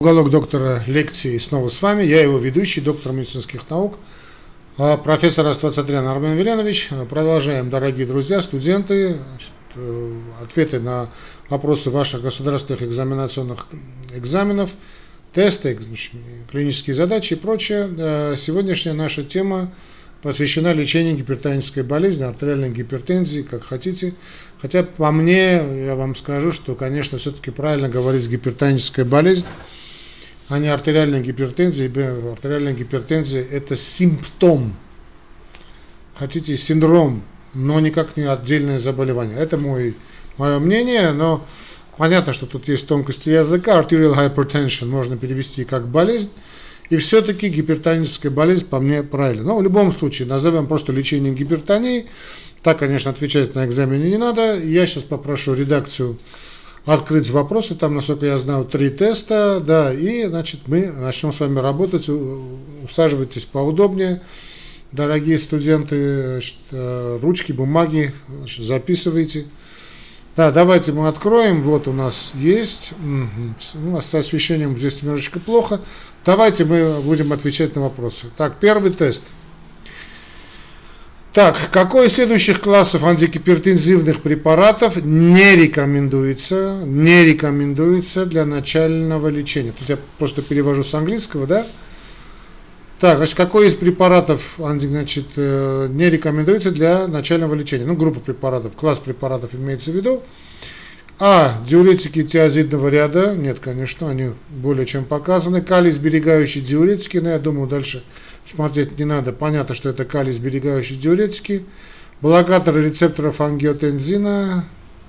Уголок доктора лекции снова с вами. Я его ведущий, доктор медицинских наук, профессор Аствацатрян Армен Веленович. Продолжаем, дорогие друзья, студенты, ответы на вопросы ваших государственных экзаменационных экзаменов, тесты, клинические задачи и прочее. Сегодняшняя наша тема посвящена лечению гипертонической болезни, артериальной гипертензии, как хотите. Хотя по мне, я вам скажу, что, конечно, все-таки правильно говорить гипертоническая болезнь, а не артериальная гипертензия. Артериальная гипертензия – это симптом, хотите, синдром, но никак не отдельное заболевание. Это мое мнение, но понятно, что тут есть тонкости языка. Arterial hypertension можно перевести как болезнь, и все-таки гипертоническая болезнь по мне правильно. Но в любом случае назовем просто лечение гипертонии. Так, конечно, отвечать на экзамене не надо. Я сейчас попрошу редакцию открыть вопросы, там, насколько я знаю, 3 теста, да, и, значит, мы начнем с вами работать. Усаживайтесь поудобнее, дорогие студенты, значит, ручки, бумаги, значит, записывайте. Да, давайте мы откроем, вот у нас есть, с освещением здесь немножечко плохо, давайте мы будем отвечать на вопросы. Так, первый тест. Так, какой из следующих классов антигипертензивных препаратов не рекомендуется для начального лечения? Тут я просто перевожу с английского, да? Так, значит, какой из препаратов, значит, не рекомендуется для начального лечения? Ну, группа препаратов, класс препаратов имеется в виду. А. Диуретики тиазидного ряда. Нет, конечно, они более чем показаны. Калий-сберегающие диуретики, но я думаю, дальше смотреть не надо. Понятно, что это калий-сберегающие диуретики. Блокаторы рецепторов ангиотензина.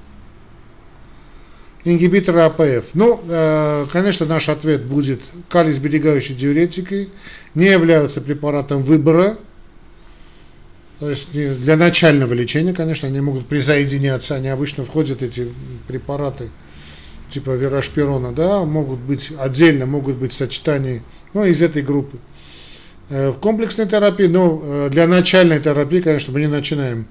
Ингибиторы АПФ. Ну, конечно, наш ответ будет: калий-сберегающие диуретики не являются препаратом выбора. То есть для начального лечения, конечно, они могут присоединяться. Они обычно входят, эти препараты типа верошпирона, да, могут быть отдельно, могут быть в сочетании, ну, из этой группы. В комплексной терапии, но для начальной терапии, конечно, мы не начинаем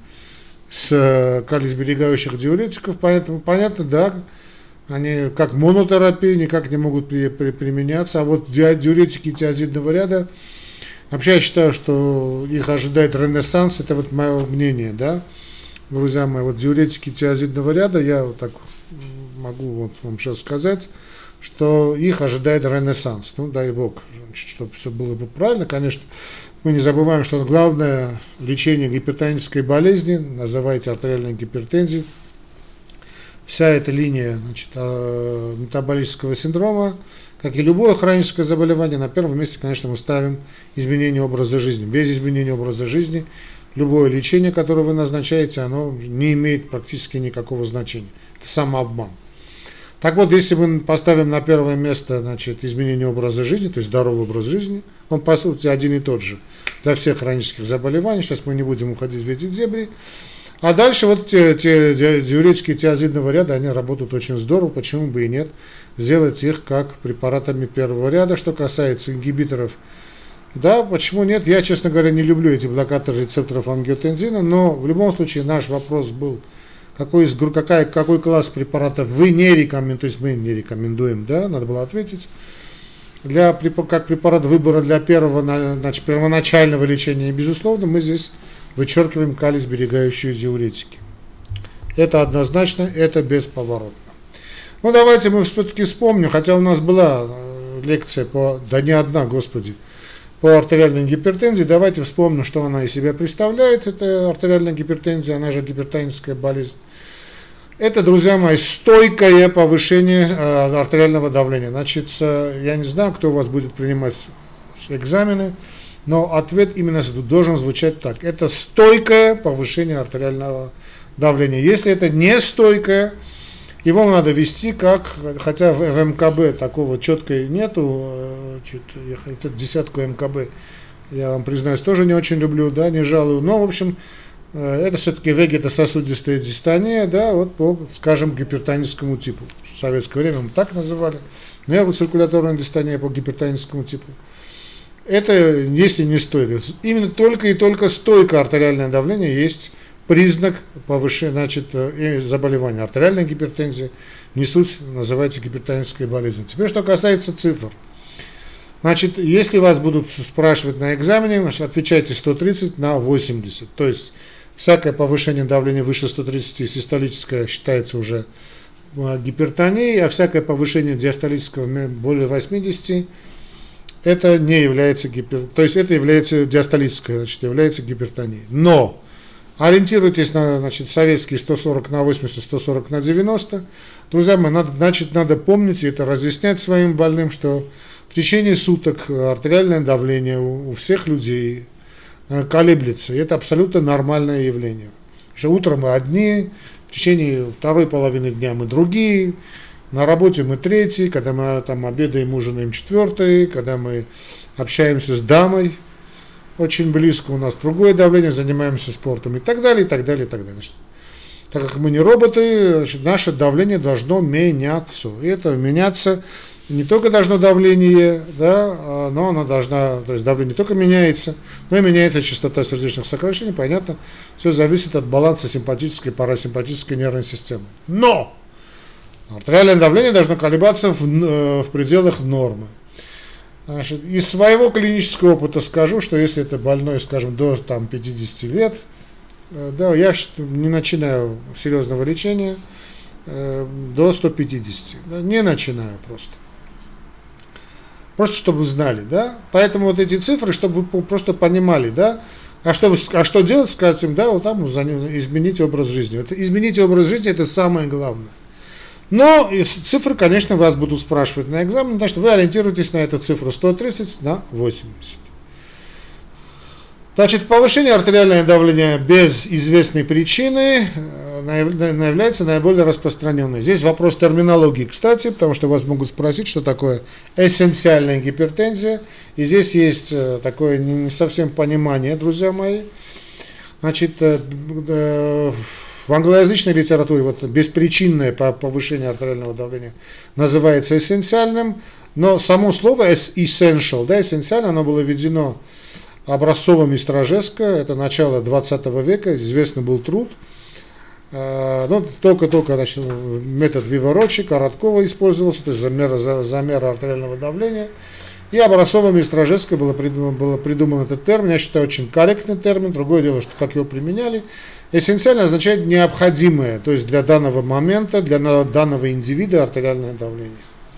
с калий-сберегающих диуретиков, поэтому понятно, да, они как монотерапия никак не могут применяться, а вот диуретики тиазидного ряда, вообще я считаю, что их ожидает ренессанс, это вот мое мнение, да, друзья мои, вот диуретики тиазидного ряда, я вот так могу вот вам сейчас сказать, что их ожидает ренессанс, ну дай бог, чтобы все было бы правильно, конечно, мы не забываем, что главное лечение гипертонической болезни, называйте артериальной гипертензией, вся эта линия, значит, метаболического синдрома, как и любое хроническое заболевание, на первом месте, конечно, мы ставим изменение образа жизни. Без изменения образа жизни любое лечение, которое вы назначаете, оно не имеет практически никакого значения. Это самообман. Так вот, если мы поставим на первое место, значит, изменение образа жизни, то есть здоровый образ жизни, он по сути один и тот же для всех хронических заболеваний. Сейчас мы не будем уходить в эти дебри. А дальше вот те диуретики тиазидного ряда, они работают очень здорово, почему бы и нет, сделать их как препаратами первого ряда. Что касается ингибиторов, да, почему нет, я, честно говоря, не люблю эти блокаторы рецепторов ангиотензина, но в любом случае наш вопрос был, какой класс препаратов вы не рекомендуете, то есть мы не рекомендуем, да, надо было ответить, как препарат выбора для первоначального лечения, безусловно, мы здесь вычеркиваем калий-сберегающие диуретики. Это однозначно, это бесповоротно. Ну, давайте мы все-таки вспомним, хотя у нас была лекция да не одна, господи, по артериальной гипертензии, давайте вспомним, что она из себя представляет. Это артериальная гипертензия, она же гипертоническая болезнь. Это, друзья мои, стойкое повышение артериального давления. Значит, я не знаю, кто у вас будет принимать экзамены, но ответ именно должен звучать так. Это стойкое повышение артериального давления. Если это не стойкое, его надо вести как, хотя в МКБ такого четкой нету, десятку МКБ, я вам признаюсь, тоже не очень люблю, да, не жалую, но, в общем, это все-таки вегетососудистая дистония, да, вот по, скажем, гипертоническому типу. В советское время мы так называли, но я вот циркуляторная дистония по гипертоническому типу. Это, если не стойкое, именно только и только стойкое артериальное давление есть признак повышения, значит, заболевания артериальной гипертензии не суть, называется гипертонической болезнью. Теперь, что касается цифр. Значит, если вас будут спрашивать на экзамене, значит, отвечайте 130 на 80. То есть, всякое повышение давления выше 130 систолическое считается уже гипертонией, а всякое повышение диастолического более 80 это не является то есть это является диастолическое, значит, является гипертонией. Но ориентируйтесь на, значит, советские 140 на 80, 140 на 90. Друзья мои, надо помнить и это разъяснять своим больным, что в течение суток артериальное давление у всех людей колеблется. И это абсолютно нормальное явление. Что утром мы одни, в течение второй половины дня мы другие, на работе мы третий, когда мы там обедаем, ужинаем четвертый, когда мы общаемся с дамой, очень близко у нас другое давление, занимаемся спортом и так далее, и так далее, и так далее. Значит, так как мы не роботы, значит, наше давление должно меняться. И это меняться не только должно давление, да, но оно должна, то есть давление не только меняется, но и меняется частота сердечных сокращений, понятно, все зависит от баланса симпатической и парасимпатической нервной системы. Но артериальное давление должно колебаться в пределах нормы. Значит, из своего клинического опыта скажу, что если это больной, скажем, до 50 лет, да, я не начинаю серьезного лечения до 150, да, не начинаю просто. Просто чтобы вы знали, да. Поэтому вот эти цифры, чтобы вы просто понимали, да. А что делать, сказать им, да, вот там изменить образ жизни. Это, изменить образ жизни это самое главное. Но цифры, конечно, вас будут спрашивать на экзамене, значит, вы ориентируетесь на эту цифру 130 на 80. Значит, повышение артериального давления без известной причины является наиболее распространенной. Здесь вопрос терминологии, кстати, потому что вас могут спросить, что такое эссенциальная гипертензия. И здесь есть такое не совсем понимание, друзья мои. Значит, в англоязычной литературе вот беспричинное повышение артериального давления называется эссенциальным, но само слово essential, да, эссенциально, оно было введено образцовым из Стражеско, это начало 20 века, известный был труд. Ну, только значит, метод Виворочи, Короткова использовался, то есть замер артериального давления. И образцовым из Стражеско было придуман этот термин, я считаю, очень корректный термин. Другое дело, что как его применяли. Эссенциально означает необходимое, то есть для данного момента, для данного индивида артериальное давление.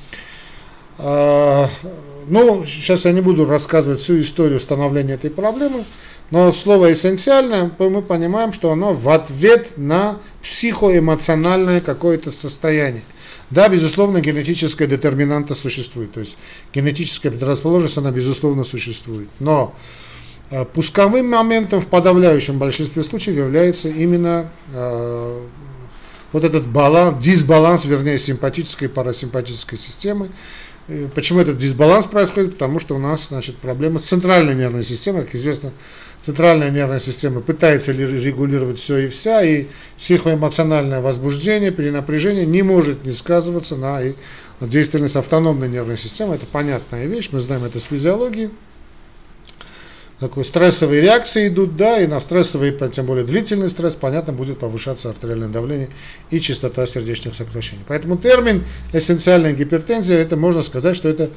Ну, сейчас я не буду рассказывать всю историю становления этой проблемы, но слово эссенциальное, мы понимаем, что оно в ответ на психоэмоциональное какое-то состояние. Да, безусловно, генетическая детерминанта существует, то есть генетическая предрасположенность, она безусловно существует, но пусковым моментом в подавляющем большинстве случаев является именно вот этот дисбаланс, вернее, симпатической и парасимпатической системы. Почему этот дисбаланс происходит? Потому что у нас, значит, проблема с центральной нервной системой. Как известно, центральная нервная система пытается регулировать все и вся, и психоэмоциональное возбуждение, перенапряжение не может не сказываться на действенности автономной нервной системы. Это понятная вещь, мы знаем это с физиологии. Такой стрессовые реакции идут, да, и на стрессовый, тем более длительный стресс, понятно, будет повышаться артериальное давление и частота сердечных сокращений. Поэтому термин эссенциальная гипертензия, это можно сказать, что это,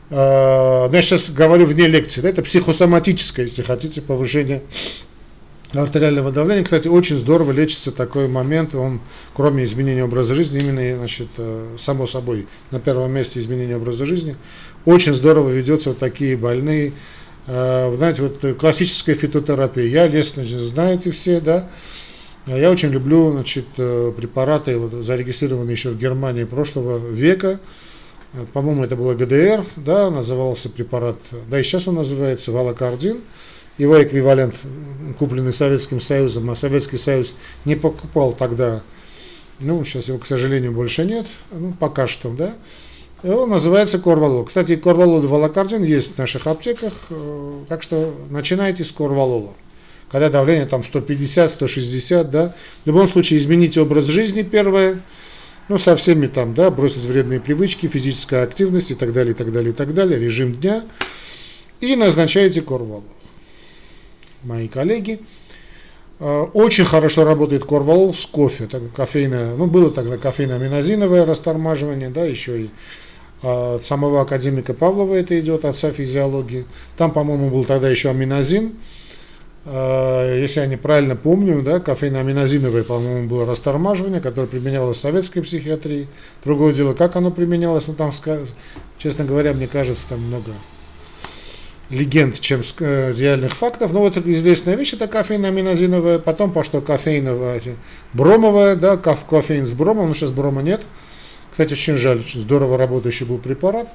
я сейчас говорю вне лекции, да, это психосоматическое, если хотите, повышение артериального давления. Кстати, очень здорово лечится такой момент, он, кроме изменения образа жизни, именно, значит, само собой, на первом месте изменение образа жизни, очень здорово ведется вот такие больные. Вы знаете, вот классическая фитотерапия, я лично, знаете все, да, я очень люблю, значит, препараты, вот, зарегистрированные еще в Германии прошлого века, по-моему, это было ГДР, да, назывался препарат, да и сейчас он называется Валокардин, его эквивалент, купленный Советским Союзом, а Советский Союз не покупал тогда, ну, сейчас его, к сожалению, больше нет, ну, пока что, да. Он называется Корвалол. Кстати, Корвалол и Валокардин есть в наших аптеках, так что начинайте с Корвалола. Когда давление там 150, 160, да. В любом случае измените образ жизни первое, ну со всеми там, да, бросить вредные привычки, физическая активность и так далее, и так далее, и так далее, режим дня. И назначаете Корвалол. Мои коллеги. Очень хорошо работает корвалол с кофе, так, кофейное, ну было тогда кофейно-аминозиновое растормаживание, да, еще и от самого академика Павлова это идет, отца физиологии. Там, по-моему, был тогда еще аминозин. Если я неправильно помню, да, кофейно-аминозиновое, по-моему, было растормаживание, которое применялось в советской психиатрии. Другое дело, как оно применялось, ну там, честно говоря, мне кажется, там много легенд, чем реальных фактов. Но вот известная вещь, это кофейно-аминозиновое, потом пошло кофеиновое, бромовое, да, кофеин с бромом, но сейчас брома нет. Кстати, очень жаль, очень здорово работающий был препарат.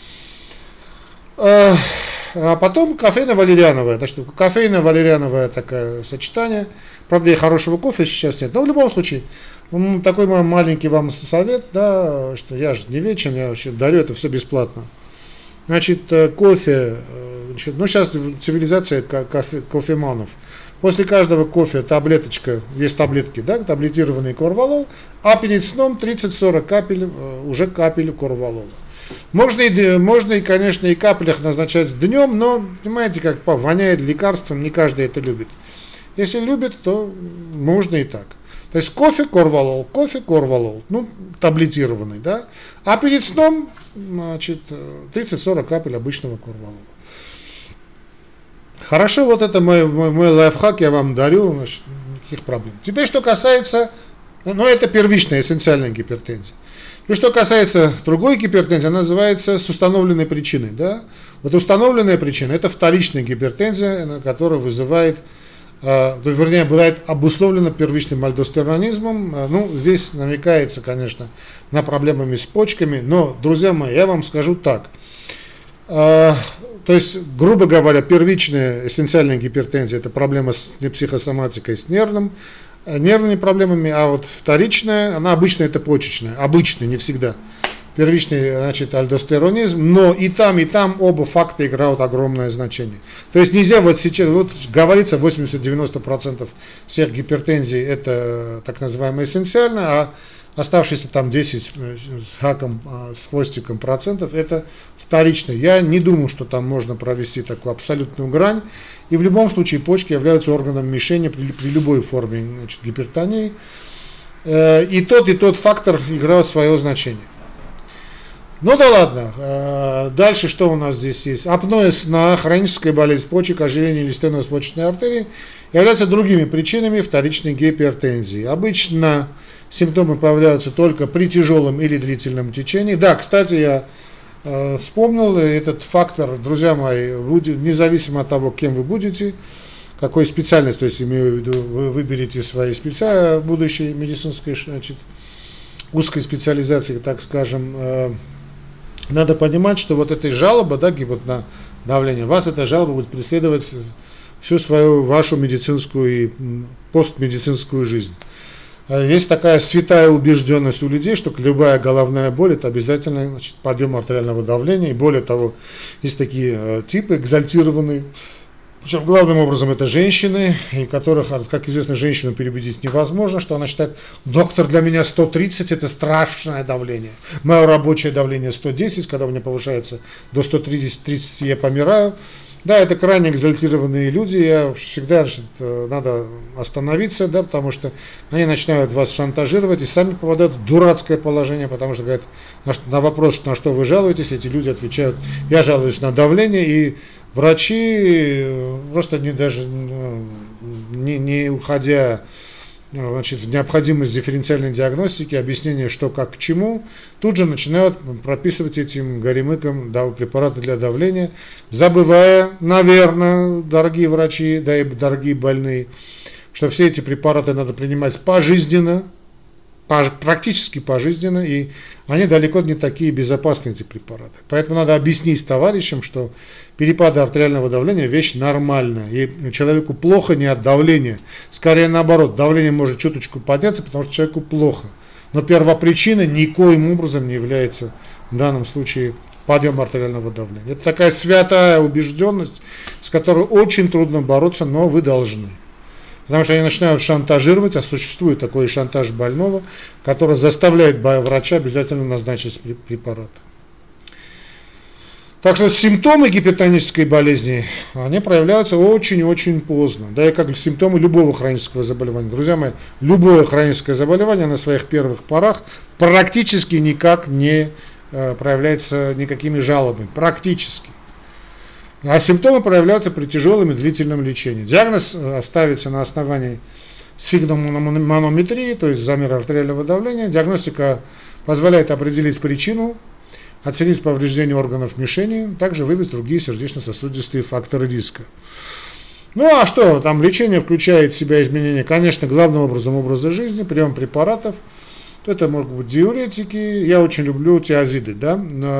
А потом кофейно-валериановое. Значит, кофейно-валериановое такое сочетание. Правда, и хорошего кофе сейчас нет. Но в любом случае, такой мой маленький вам совет, да, что я же не вечен, я вообще дарю это все бесплатно. Значит, кофе, значит, ну сейчас цивилизация кофеманов. После каждого кофе таблеточка, есть таблетки, да, таблетированный корвалол, а перед сном 30-40 капель, уже капель корвалола. Можно и, конечно, и каплях назначать днем, но, понимаете, как воняет лекарством, не каждый это любит. Если любит, то можно и так. То есть кофе, корвалол, ну, таблетированный, да, а перед сном, значит, 30-40 капель обычного корвалола. Хорошо, вот это мой лайфхак, я вам дарю, значит, никаких проблем. Теперь, что касается, ну, это первичная, эссенциальная гипертензия. И что касается другой гипертензии, она называется с установленной причиной. Да? Вот установленная причина – это вторичная гипертензия, которая вызывает, вернее, бывает обусловлена первичным альдостеронизмом. Ну, здесь намекается, конечно, на проблемами с почками, но, друзья мои, я вам скажу так. То есть, грубо говоря, первичная эссенциальная гипертензия – это проблема с психосоматикой, с нервными проблемами, а вот вторичная, она обычно это почечная, обычно, не всегда. Первичный, значит, альдостеронизм, но и там оба факта играют огромное значение. То есть нельзя вот сейчас, вот говорится, 80-90% всех гипертензий это так называемое эссенциально, а оставшиеся там 10 с хаком, с хвостиком процентов это вторично. Я не думаю, что там можно провести такую абсолютную грань. И в любом случае почки являются органом мишени при любой форме, значит, гипертонии. И тот фактор играет свое значение. Ну да ладно. Дальше что у нас здесь есть? Апноэ сна, хроническая болезнь почек, ожирение или стеноз почечной артерии являются другими причинами вторичной гипертензии. Обычно симптомы появляются только при тяжелом или длительном течении. Да, кстати, я вспомнил этот фактор, друзья мои, независимо от того, кем вы будете, какой специальность, то есть имею в виду, вы выберете свои будущей медицинской, значит, узкой специализации, так скажем, надо понимать, что вот эта жалоба, да, на давление, вас эта жалоба будет преследовать всю вашу медицинскую и постмедицинскую жизнь. Есть такая святая убежденность у людей, что любая головная боль это обязательно, значит, подъем артериального давления. И более того, есть такие типы экзальтированные. Причем главным образом это женщины, и которых, как известно, женщину переубедить невозможно, что она считает, доктор, для меня 130 это страшное давление. Мое рабочее давление 110, когда у меня повышается до 130 я помираю. Да, это крайне экзальтированные люди, всегда, значит, надо остановиться, да, потому что они начинают вас шантажировать и сами попадают в дурацкое положение, потому что говорят, на вопрос, на что вы жалуетесь, эти люди отвечают, я жалуюсь на давление, и врачи просто даже не уходя, значит, в необходимость дифференциальной диагностики, объяснения, что, как, к чему, тут же начинают прописывать этим горемыкам препараты для давления, забывая, наверное, дорогие врачи, да и дорогие больные, что все эти препараты надо принимать пожизненно, практически пожизненно, и они далеко не такие безопасные, эти препараты. Поэтому надо объяснить товарищам, что перепады артериального давления вещь нормальная, и человеку плохо не от давления, скорее наоборот, давление может чуточку подняться, потому что человеку плохо. Но первопричина никоим образом не является в данном случае подъем артериального давления. Это такая святая убежденность, с которой очень трудно бороться, но вы должны. Потому что они начинают шантажировать, а существует такой шантаж больного, который заставляет врача обязательно назначить препараты. Так что симптомы гипертонической болезни, они проявляются очень-очень поздно. Да и как симптомы любого хронического заболевания. Друзья мои, любое хроническое заболевание на своих первых порах практически никак не проявляется никакими жалобами. Практически. А симптомы проявляются при тяжелом и длительном лечении. Диагноз ставится на основании сфигмоманометрии, то есть замера артериального давления. Диагностика позволяет определить причину, оценить повреждение органов мишени, также выявить другие сердечно-сосудистые факторы риска. Ну а что, там лечение включает в себя изменения, конечно, главным образом образа жизни, прием препаратов, это могут быть диуретики, я очень люблю тиазиды, да,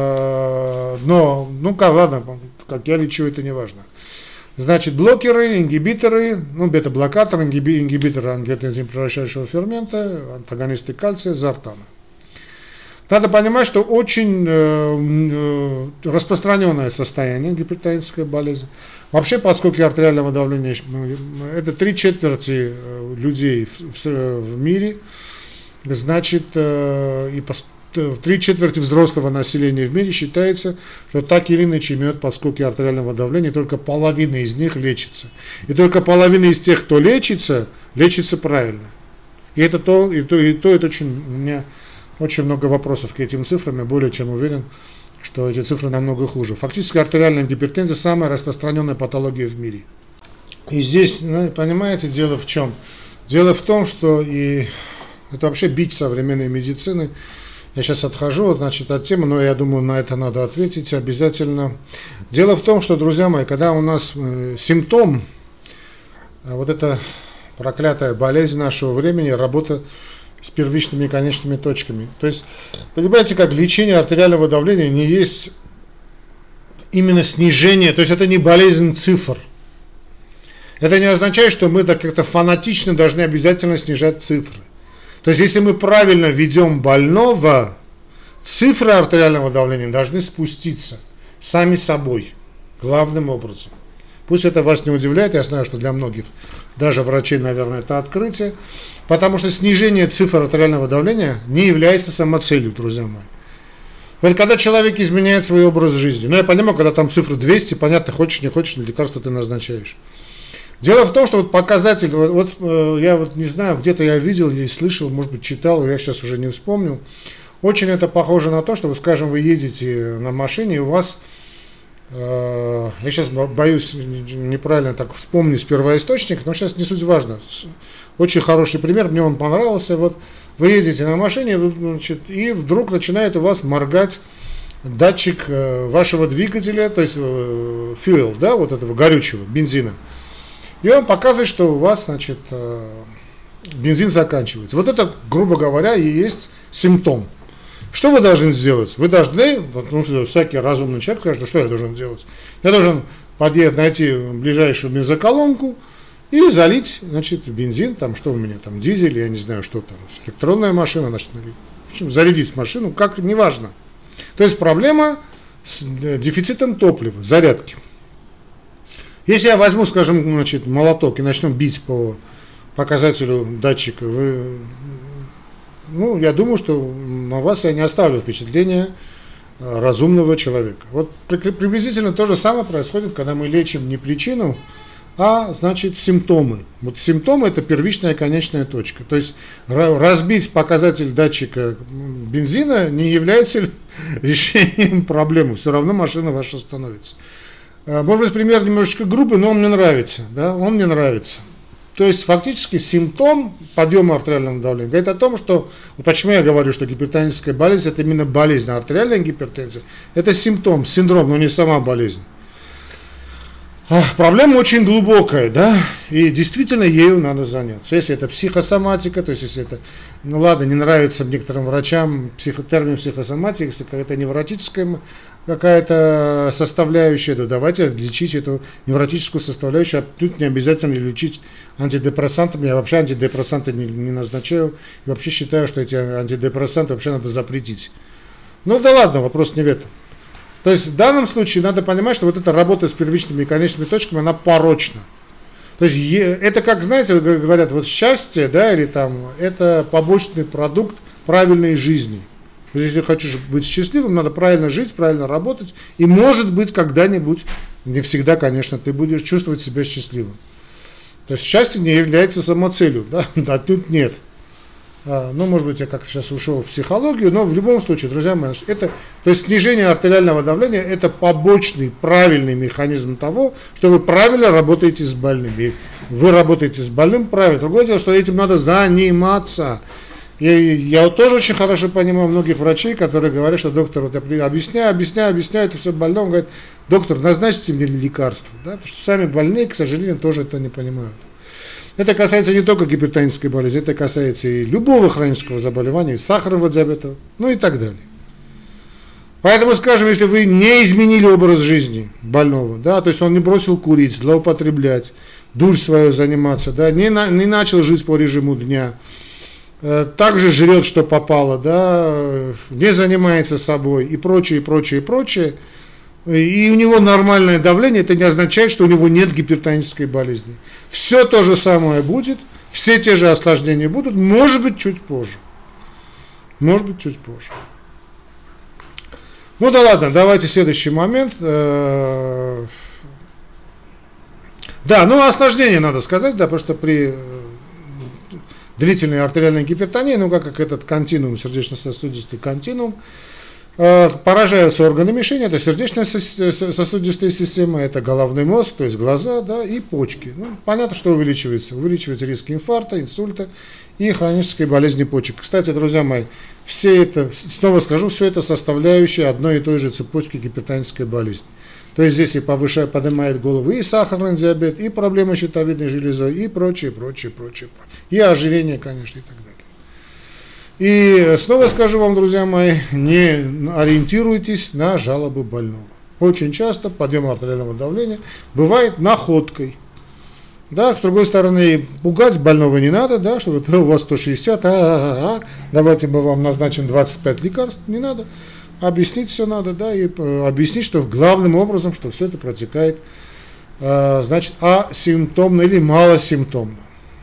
но, ладно, как я лечу, это не важно. Значит, блокеры, ингибиторы, бета-блокаторы, ингибиторы ангиотензин превращающего фермента, антагонисты кальция, зартана. Надо понимать, что очень распространенное состояние гипертоническая болезнь. Вообще, подскоки артериального давления, это 3/4 людей в мире, значит, и 3/4 взрослого населения в мире считается, что так или иначе имеют подскоки артериального давления, и только половина из них лечится. И только половина из тех, кто лечится правильно. И это это очень, у меня очень много вопросов к этим цифрам, я более чем уверен, что эти цифры намного хуже. Фактически артериальная гипертензия самая распространенная патология в мире. И здесь, понимаете, дело в чем? Дело в том, что и это вообще бич современной медицины. Я сейчас отхожу, от темы, но я думаю, на это надо ответить обязательно. Дело в том, что, друзья мои, когда у нас симптом, вот эта проклятая болезнь нашего времени, работа с первичными и конечными точками. То есть, понимаете, как лечение артериального давления не есть именно снижение, то есть это не болезнь цифр. Это не означает, что мы так как-то фанатично должны обязательно снижать цифры. То есть, если мы правильно ведем больного, цифры артериального давления должны спуститься сами собой, главным образом. Пусть это вас не удивляет, я знаю, что для многих, даже врачей, наверное, это открытие, потому что снижение цифр артериального давления не является самоцелью, друзья мои. Вот когда человек изменяет свой образ жизни, я понимаю, когда там цифры 200, понятно, хочешь, не хочешь, лекарство ты назначаешь. Дело в том, что показатель, я не знаю, где-то я видел или слышал, может быть, читал, я сейчас уже не вспомню. Очень это похоже на то, что, скажем, вы едете на машине, и у вас, я сейчас боюсь неправильно так вспомнить первоисточник, но сейчас не суть важно. Очень хороший пример, мне он понравился. Вот вы едете на машине, и вдруг начинает у вас моргать датчик вашего двигателя, то есть fuel, да, вот этого горючего, бензина. И он показывает, что у вас, бензин заканчивается. Вот это, грубо говоря, и есть симптом. Что вы должны сделать? Вы должны, всякий разумный человек скажет, что я должен делать? Я должен найти ближайшую бензоколонку и залить, бензин, что у меня там, дизель, я не знаю, что там, электронная машина, зарядить машину, как, неважно. То есть проблема с дефицитом топлива, зарядки. Если я возьму, скажем, молоток и начну бить по показателю датчика, я думаю, что на вас я не оставлю впечатления разумного человека. Вот приблизительно то же самое происходит, когда мы лечим не причину, а, симптомы. Вот симптомы – это первичная и конечная точка. То есть разбить показатель датчика бензина не является решением проблемы. Все равно машина ваша остановится. Может быть, пример немножечко грубый, но он мне нравится. Да? Он мне нравится. То есть, фактически, симптом подъема артериального давления говорит о том, что, почему я говорю, что гипертоническая болезнь – это именно болезнь, а артериальная гипертензия – это симптом, синдром, но не сама болезнь. Проблема очень глубокая, да, и действительно ею надо заняться. Если это психосоматика, то есть если это, не нравится некоторым врачам термин психосоматика, если какая-то невротическая какая-то составляющая, то давайте лечить эту невротическую составляющую, а тут не обязательно лечить антидепрессантами. Я вообще антидепрессанты не назначаю, и вообще считаю, что эти антидепрессанты вообще надо запретить. Да ладно, вопрос не в этом. То есть в данном случае надо понимать, что вот эта работа с первичными и конечными точками, она порочна. То есть это как, знаете, говорят, вот счастье, да, или это побочный продукт правильной жизни. Если хочешь быть счастливым, надо правильно жить, правильно работать, и может быть когда-нибудь, не всегда, конечно, ты будешь чувствовать себя счастливым. То есть счастье не является самоцелью, да, а тут нет. Ну, может быть, я как-то сейчас ушел в психологию, но в любом случае, друзья мои, то есть снижение артериального давления – это побочный, правильный механизм того, что вы правильно работаете с больным. И вы работаете с больным правильно. Другое дело, что этим надо заниматься. И я вот тоже очень хорошо понимаю многих врачей, которые говорят, что доктор, вот я объясняю, это все больному, говорит, доктор, назначьте мне лекарства, да, потому что сами больные, к сожалению, тоже это не понимают. Это касается не только гипертонической болезни, это касается и любого хронического заболевания, и сахарного диабета, ну и так далее. Поэтому, скажем, если вы не изменили образ жизни больного, да, то есть он не бросил курить, злоупотреблять, дурь свою заниматься, да, не начал жить по режиму дня, также жрет, что попало, да, не занимается собой и прочее, и у него нормальное давление, это не означает, что у него нет гипертонической болезни. Все то же самое будет, все те же осложнения будут, может быть, чуть позже. Ну да ладно, давайте следующий момент. Да, ну осложнения надо сказать, да, потому что при длительной артериальной гипертонии, ну как этот континуум, сердечно-сосудистый континуум, поражаются органы мишени, это сердечно-сосудистая система, это головной мозг, то есть глаза, да, и почки. Ну, понятно, что увеличивается риск инфаркта, инсульта и хронической болезни почек. Кстати, друзья мои, все это, снова скажу, все это составляющие одной и той же цепочки гипертонической болезни. То есть здесь и поднимает голову и сахарный диабет, и проблемы щитовидной железой, и прочее. И ожирение, конечно, и так далее. И снова скажу вам, друзья мои, не ориентируйтесь на жалобы больного. Очень часто подъем артериального давления бывает находкой. Да, с другой стороны, пугать больного не надо, да, что вот у вас 160, давайте мы вам назначим 25 лекарств, не надо. Объяснить все надо, да, и объяснить, что главным образом, что все это протекает, значит, асимптомно или малосимптомно.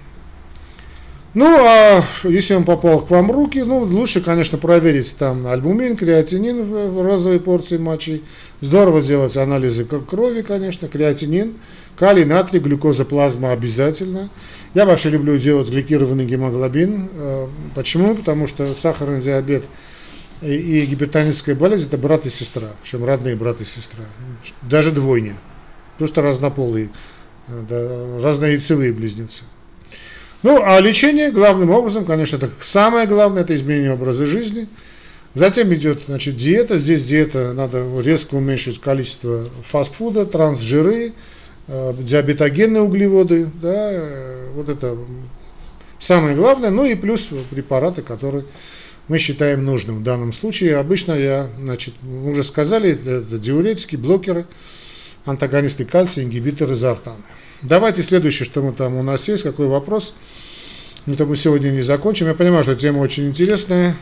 Ну, а если он попал к вам в руки, ну, лучше, конечно, проверить там альбумин, креатинин в разовой порции мочи. Здорово сделать анализы крови, конечно, креатинин, калий, натрий, глюкоза, плазма обязательно. Я вообще люблю делать гликированный гемоглобин. Почему? Потому что сахарный диабет и гипертоническая болезнь – это брат и сестра, причем родные брат и сестра, даже двойня, просто разнополые, да, разнояйцевые близнецы. Ну, а лечение главным образом, конечно, это самое главное, это изменение образа жизни. Затем идет, значит, диета. Здесь диета, надо резко уменьшить количество фастфуда, трансжиры, диабетогенные углеводы, да, вот это самое главное. Ну и плюс препараты, которые мы считаем нужным в данном случае. Обычно мы уже сказали, это диуретики, блокеры, антагонисты кальция, ингибиторы зартаны. Давайте следующее, что мы там у нас есть, какой вопрос. Это мы сегодня не закончим. Я понимаю, что тема очень интересная.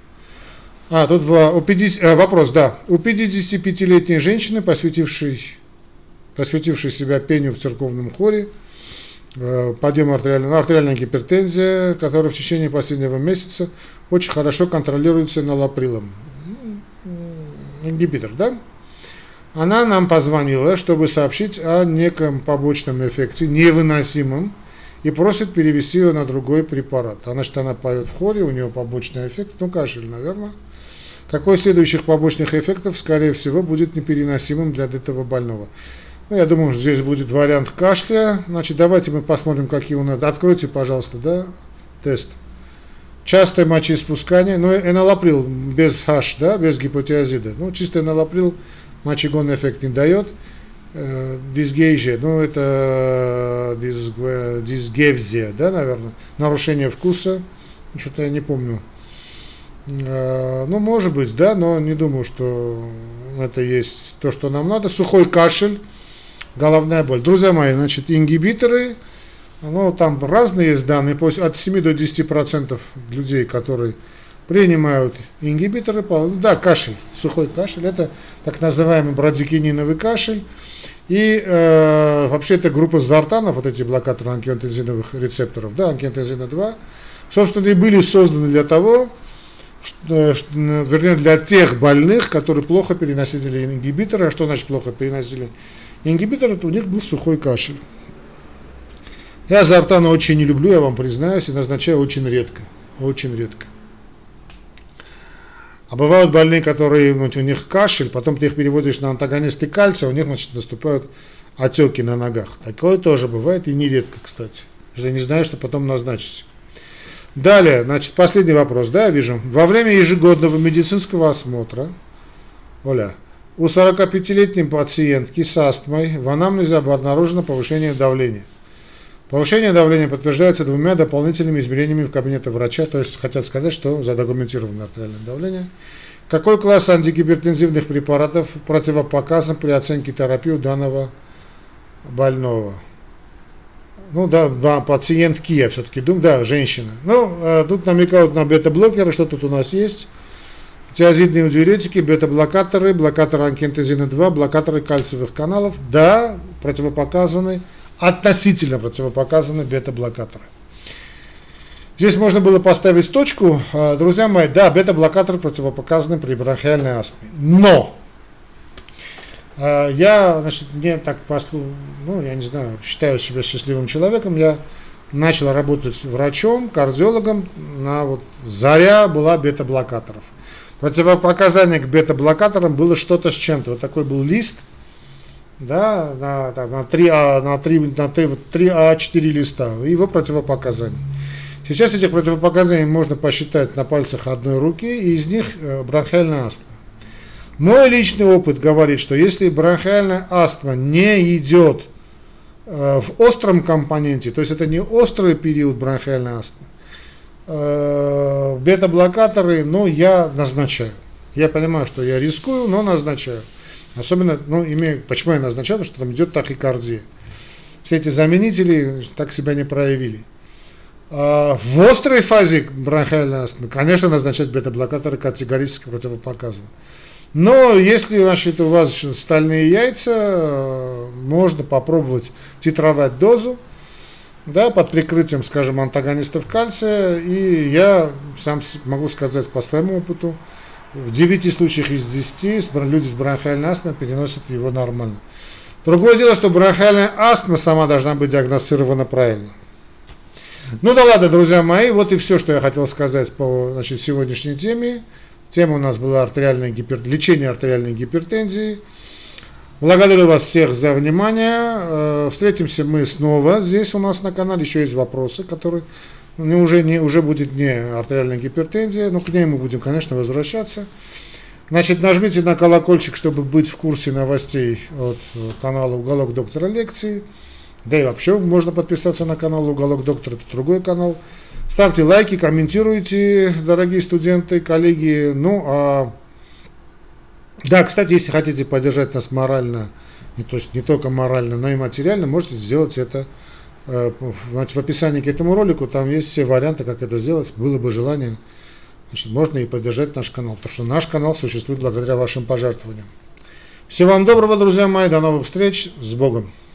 Тут вопрос, да. У 55-летней женщины, посвятившей себя пению в церковном хоре, подъем артериальная гипертензия, которая в течение последнего месяца очень хорошо контролируется налоприлом. Ингибитор, да? Она нам позвонила, чтобы сообщить о неком побочном эффекте, невыносимом, и просит перевести ее на другой препарат. Значит, она поет в хоре, у нее побочный эффект, кашель, наверное. Какой из следующих побочных эффектов, скорее всего, будет непереносимым для этого больного? Я думаю, что здесь будет вариант кашля. Значит, давайте мы посмотрим, какие у нас. Откройте, пожалуйста, да, тест. Частое мочеиспускание, энолаприл без H, да, без гипотиазида. Чистый энолаприл мочегонный эффект не дает. Дисгейжия, это дисгевзия, да, наверное, нарушение вкуса, что-то я не помню. Может быть, да, но не думаю, что это есть то, что нам надо. Сухой кашель, головная боль. Друзья мои, значит, ингибиторы, там разные есть данные, от 7 до 10% людей, которые принимают ингибиторы, да, кашель, сухой кашель, это так называемый брадикининовый кашель. И вообще это группа зартанов, вот эти блокаторы ангиотензиновых рецепторов, да, ангиотензина 2, собственно, и были созданы для того, вернее, для тех больных, которые плохо переносили ингибиторы. А что значит плохо переносили ингибиторы? То у них был сухой кашель. Я азортана очень не люблю, я вам признаюсь, и назначаю очень редко. Очень редко. А бывают больные, которые, у них кашель, потом ты их переводишь на антагонисты кальция, у них, наступают отеки на ногах. Такое тоже бывает, и нередко, кстати. Я не знаю, что потом назначить. Далее, последний вопрос, да, я вижу. Во время ежегодного медицинского осмотра, Оля, у 45-летней пациентки с астмой в анамнезе обнаружено повышение давления. Повышение давления подтверждается 2 дополнительными измерениями в кабинете врача, то есть хотят сказать, что задокументировано артериальное давление. Какой класс антигипертензивных препаратов противопоказан при оценке терапии у данного больного? Пациентки, я все-таки думаю, женщина. Тут намекают на бета-блокеры, что тут у нас есть. Тиазидные диуретики, бета-блокаторы, блокаторы ангиотензина 2, блокаторы кальциевых каналов, да, противопоказаны. Относительно противопоказаны бета-блокаторы. Здесь можно было поставить точку, друзья мои, да, бета-блокаторы противопоказаны при бронхиальной астме. Но я, я не знаю, считаю себя счастливым человеком, я начал работать врачом, кардиологом, заря была бета-блокаторов. Противопоказание к бета-блокаторам было что-то с чем-то. Вот такой был лист, да, на 3 А4 листа, его противопоказания. Сейчас этих противопоказаний можно посчитать на пальцах одной руки, и из них бронхиальная астма. Мой личный опыт говорит, что если бронхиальная астма не идет в остром компоненте, то есть это не острый период бронхиальной астмы, бета-блокаторы, я назначаю. Я понимаю, что я рискую, но назначаю. Особенно, почему я назначаю, потому что там идет тахикардия. Все эти заменители так себя не проявили. В острой фазе бронхиальной астмы, конечно, назначать бета-блокаторы категорически противопоказано. Но если, у вас стальные яйца, можно попробовать титровать дозу, да, под прикрытием, скажем, антагонистов кальция. И я сам могу сказать по своему опыту, в 9 случаях из 10 люди с бронхиальной астмой переносят его нормально. Другое дело, что бронхиальная астма сама должна быть диагностирована правильно. Ладно, друзья мои, вот и все, что я хотел сказать по сегодняшней теме. Тема у нас была лечение артериальной гипертензии. Благодарю вас всех за внимание. Встретимся мы снова здесь у нас на канале. Еще есть вопросы, которые уже будет не артериальная гипертензия, но к ней мы будем, конечно, возвращаться. Нажмите на колокольчик, чтобы быть в курсе новостей от канала «Уголок доктора лекций». Да и вообще можно подписаться на канал «Уголок доктора», это другой канал. Ставьте лайки, комментируйте, дорогие студенты, коллеги. Да, кстати, если хотите поддержать нас морально, не только морально, но и материально, можете сделать это. В описании к этому ролику там есть все варианты, как это сделать. Было бы желание, можно и поддержать наш канал, потому что наш канал существует благодаря вашим пожертвованиям. Всего вам доброго, друзья мои, до новых встреч, с Богом!